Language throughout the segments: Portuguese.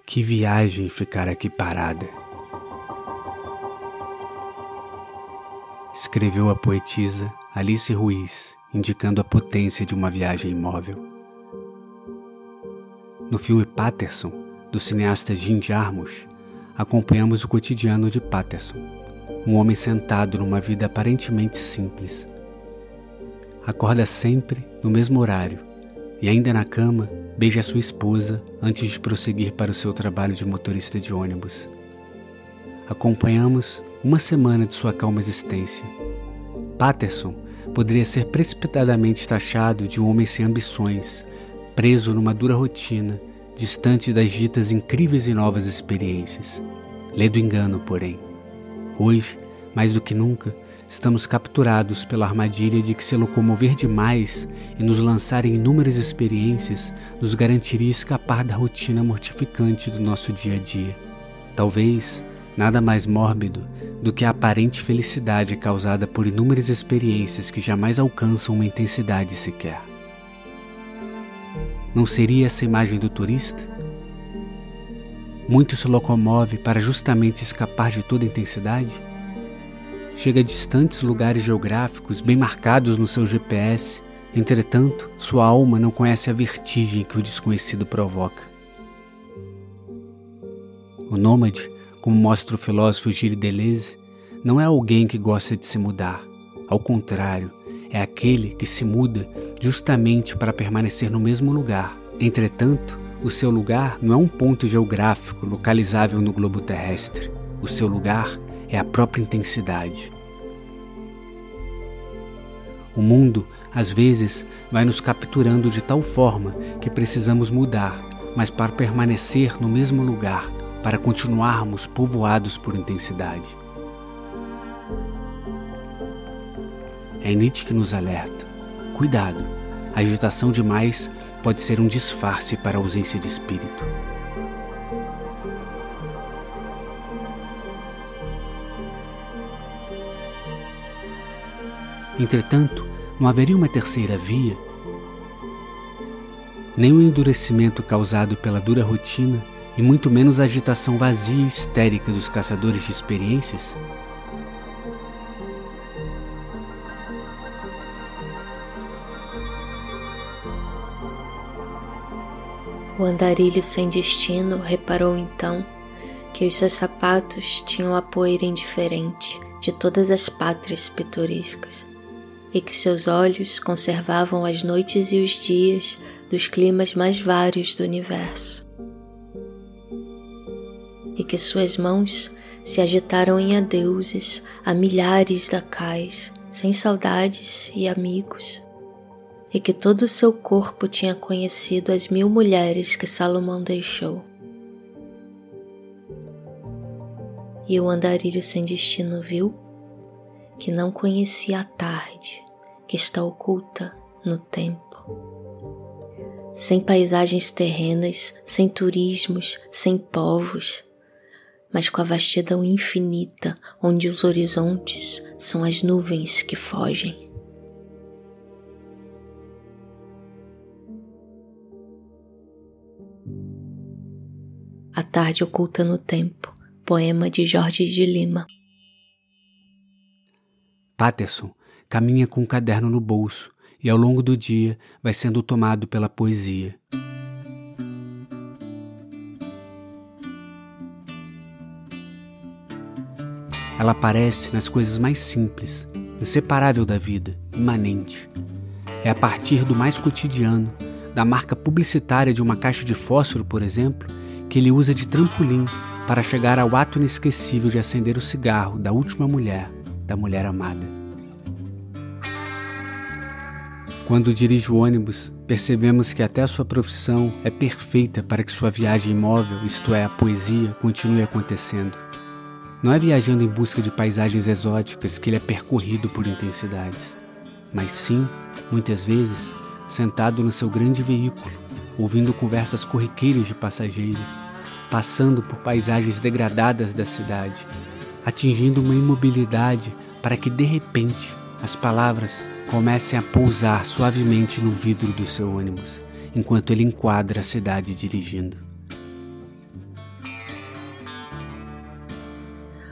Que viagem ficar aqui parada. Escreveu a poetisa Alice Ruiz, indicando a potência de uma viagem imóvel. No filme Paterson, do cineasta Jim Jarmusch, acompanhamos o cotidiano de Paterson, um homem sentado numa vida aparentemente simples. Acorda sempre no mesmo horário e, ainda na cama, beija sua esposa antes de prosseguir para o seu trabalho de motorista de ônibus. Acompanhamos uma semana de sua calma existência. Paterson poderia ser precipitadamente taxado de um homem sem ambições, preso numa dura rotina, distante das ditas incríveis e novas experiências. Lê do engano, porém. Hoje, mais do que nunca, estamos capturados pela armadilha de que se locomover demais e nos lançar em inúmeras experiências nos garantiria escapar da rotina mortificante do nosso dia a dia. Talvez nada mais mórbido do que a aparente felicidade causada por inúmeras experiências que jamais alcançam uma intensidade sequer. Não seria essa a imagem do turista? Muito se locomove para justamente escapar de toda intensidade? Chega a distantes lugares geográficos bem marcados no seu GPS, entretanto, sua alma não conhece a vertigem que o desconhecido provoca. O nômade, como mostra o filósofo Gilles Deleuze, não é alguém que gosta de se mudar. Ao contrário, é aquele que se muda justamente para permanecer no mesmo lugar. Entretanto, o seu lugar não é um ponto geográfico localizável no globo terrestre. O seu lugar é a própria intensidade. O mundo, às vezes, vai nos capturando de tal forma que precisamos mudar, mas para permanecer no mesmo lugar, para continuarmos povoados por intensidade. É Nietzsche que nos alerta. Cuidado, a agitação demais pode ser um disfarce para a ausência de espírito. Entretanto, não haveria uma terceira via? Nem o endurecimento causado pela dura rotina e muito menos a agitação vazia e histérica dos caçadores de experiências? O andarilho sem destino reparou então que os seus sapatos tinham a poeira indiferente de todas as pátrias pitorescas e que seus olhos conservavam as noites e os dias dos climas mais vários do universo e que suas mãos se agitaram em adeuses a milhares lacais sem saudades e amigos e que todo o seu corpo tinha conhecido as 1000 mulheres que Salomão deixou. E o andarilho sem destino viu que não conhecia a tarde que está oculta no tempo. Sem paisagens terrenas, sem turismos, sem povos, mas com a vastidão infinita onde os horizontes são as nuvens que fogem. A tarde oculta no tempo, poema de Jorge de Lima. Paterson caminha com um caderno no bolso e ao longo do dia vai sendo tomado pela poesia. Ela aparece nas coisas mais simples, inseparável da vida, imanente. É a partir do mais cotidiano, da marca publicitária de uma caixa de fósforo, por exemplo, que ele usa de trampolim para chegar ao ato inesquecível de acender o cigarro da última mulher, da mulher amada. Quando dirige o ônibus, percebemos que até a sua profissão é perfeita para que sua viagem imóvel, isto é, a poesia, continue acontecendo. Não é viajando em busca de paisagens exóticas que ele é percorrido por intensidades, mas sim, muitas vezes, sentado no seu grande veículo, ouvindo conversas corriqueiras de passageiros, passando por paisagens degradadas da cidade, atingindo uma imobilidade para que, de repente, as palavras comecem a pousar suavemente no vidro do seu ônibus, enquanto ele enquadra a cidade dirigindo.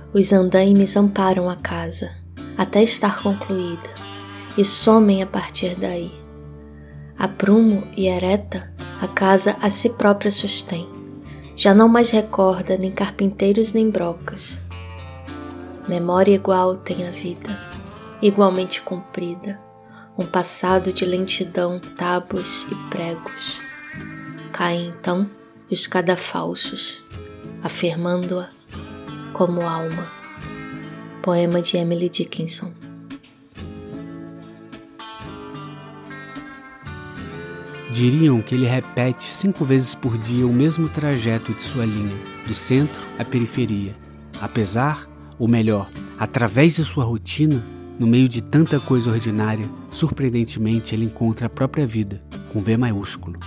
Os andaimes amparam a casa, até estar concluída, e somem a partir daí. A prumo e ereta, a casa a si própria sustém. Já não mais recorda nem carpinteiros nem brocas. Memória igual tem a vida, igualmente comprida, um passado de lentidão, tábuas e pregos. Caem então os cadafalsos, afirmando-a como alma. Poema de Emily Dickinson. Diriam que ele repete 5 vezes por dia o mesmo trajeto de sua linha, do centro à periferia. Apesar, ou melhor, através de sua rotina, no meio de tanta coisa ordinária, surpreendentemente ele encontra a própria vida, com V maiúsculo.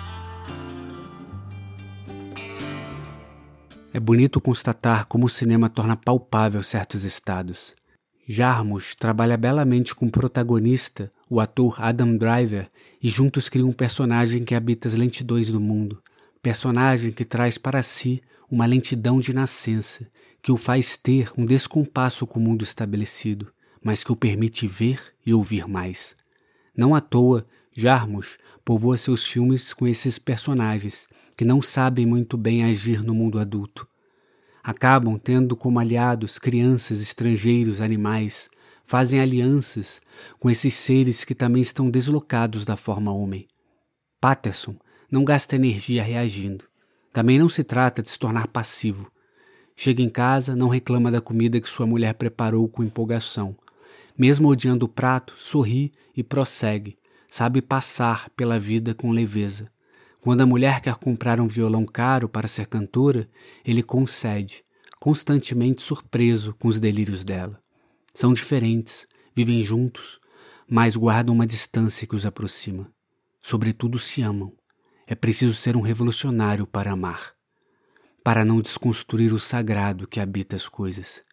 É bonito constatar como o cinema torna palpável certos estados. Jarmusch trabalha belamente com o protagonista, o ator Adam Driver, e juntos criam um personagem que habita as lentidões do mundo. Personagem que traz para si uma lentidão de nascença, que o faz ter um descompasso com o mundo estabelecido, mas que o permite ver e ouvir mais. Não à toa, Jarmusch povoa seus filmes com esses personagens, que não sabem muito bem agir no mundo adulto. Acabam tendo como aliados crianças, estrangeiros, animais, fazem alianças com esses seres que também estão deslocados da forma homem. Patterson não gasta energia reagindo. Também não se trata de se tornar passivo. Chega em casa, não reclama da comida que sua mulher preparou com empolgação. Mesmo odiando o prato, sorri e prossegue. Sabe passar pela vida com leveza. Quando a mulher quer comprar um violão caro para ser cantora, ele concede, constantemente surpreso com os delírios dela. São diferentes, vivem juntos, mas guardam uma distância que os aproxima. Sobretudo se amam. É preciso ser um revolucionário para amar, para não desconstruir o sagrado que habita as coisas.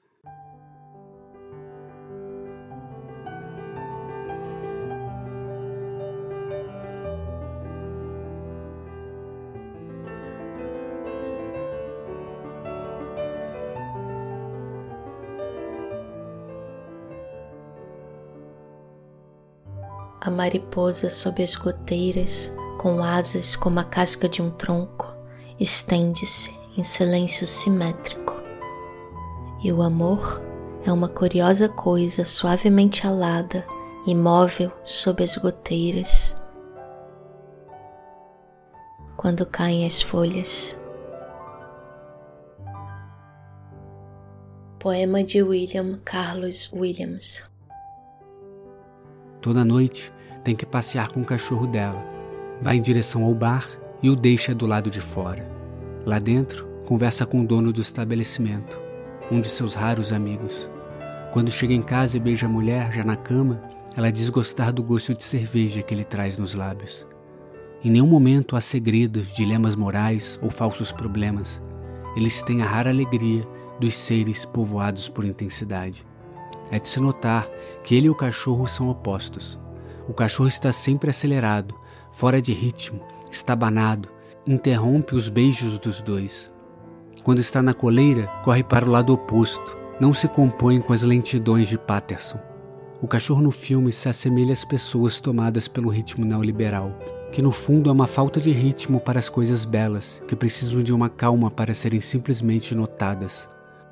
A mariposa sob as goteiras, com asas como a casca de um tronco, estende-se em silêncio simétrico. E o amor é uma curiosa coisa suavemente alada, imóvel sob as goteiras. Quando caem as folhas. Poema de William Carlos Williams. Toda noite tem que passear com o cachorro dela. Vai em direção ao bar e o deixa do lado de fora. Lá dentro, conversa com o dono do estabelecimento, um de seus raros amigos. Quando chega em casa e beija a mulher, já na cama, ela diz gostar do gosto de cerveja que ele traz nos lábios. Em nenhum momento há segredos, dilemas morais ou falsos problemas. Eles têm a rara alegria dos seres povoados por intensidade. É de se notar que ele e o cachorro são opostos. O cachorro está sempre acelerado, fora de ritmo, estabanado, interrompe os beijos dos dois. Quando está na coleira, corre para o lado oposto, não se compõe com as lentidões de Patterson. O cachorro no filme se assemelha às pessoas tomadas pelo ritmo neoliberal, que no fundo é uma falta de ritmo para as coisas belas, que precisam de uma calma para serem simplesmente notadas.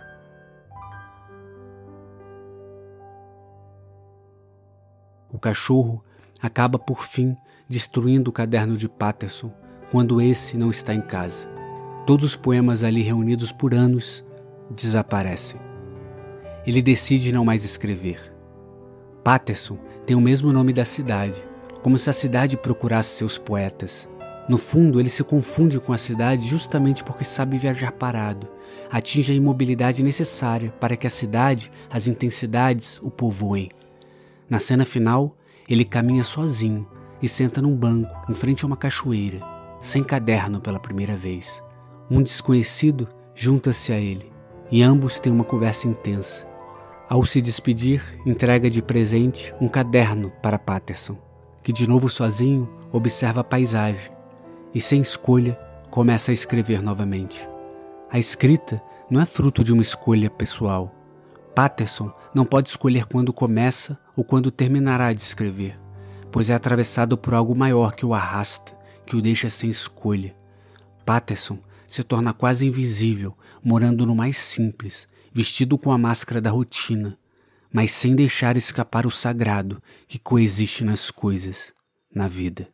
O cachorro acaba por fim destruindo o caderno de Patterson quando esse não está em casa. Todos os poemas ali reunidos por anos desaparecem. Ele decide não mais escrever. Patterson tem o mesmo nome da cidade, como se a cidade procurasse seus poetas. No fundo, ele se confunde com a cidade justamente porque sabe viajar parado, atinge a imobilidade necessária para que a cidade, as intensidades, o povoem. Na cena final, ele caminha sozinho e senta num banco em frente a uma cachoeira, sem caderno pela primeira vez. Um desconhecido junta-se a ele e ambos têm uma conversa intensa. Ao se despedir, entrega de presente um caderno para Patterson, que de novo sozinho observa a paisagem e sem escolha começa a escrever novamente. A escrita não é fruto de uma escolha pessoal. Patterson não pode escolher quando começa ou quando terminará de escrever, pois é atravessado por algo maior que o arrasta, que o deixa sem escolha. Patterson se torna quase invisível, morando no mais simples, vestido com a máscara da rotina, mas sem deixar escapar o sagrado que coexiste nas coisas, na vida.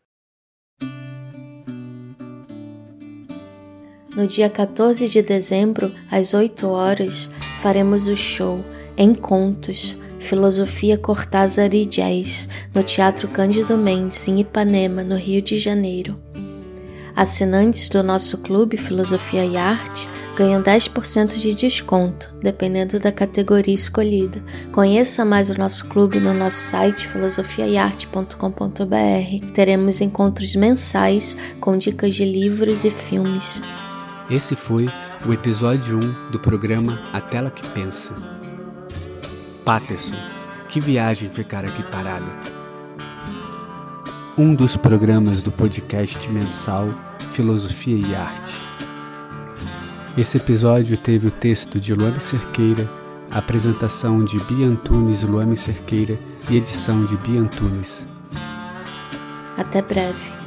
No dia 14 de dezembro, às 8 horas, faremos o show Encontros, Filosofia Cortázar e Jazz, no Teatro Cândido Mendes, em Ipanema, no Rio de Janeiro. Assinantes do nosso clube Filosofia e Arte ganham 10% de desconto, dependendo da categoria escolhida. Conheça mais o nosso clube no nosso site filosofiaearte.com.br. Teremos encontros mensais com dicas de livros e filmes. Esse foi o episódio 1 do programa A Tela que Pensa. Patterson, que viagem ficar aqui parada. Um dos programas do podcast mensal Filosofia e Arte. Esse episódio teve o texto de Luame Cerqueira, a apresentação de Bia Antunes, Luame Cerqueira e edição de Bia Antunes. Até breve.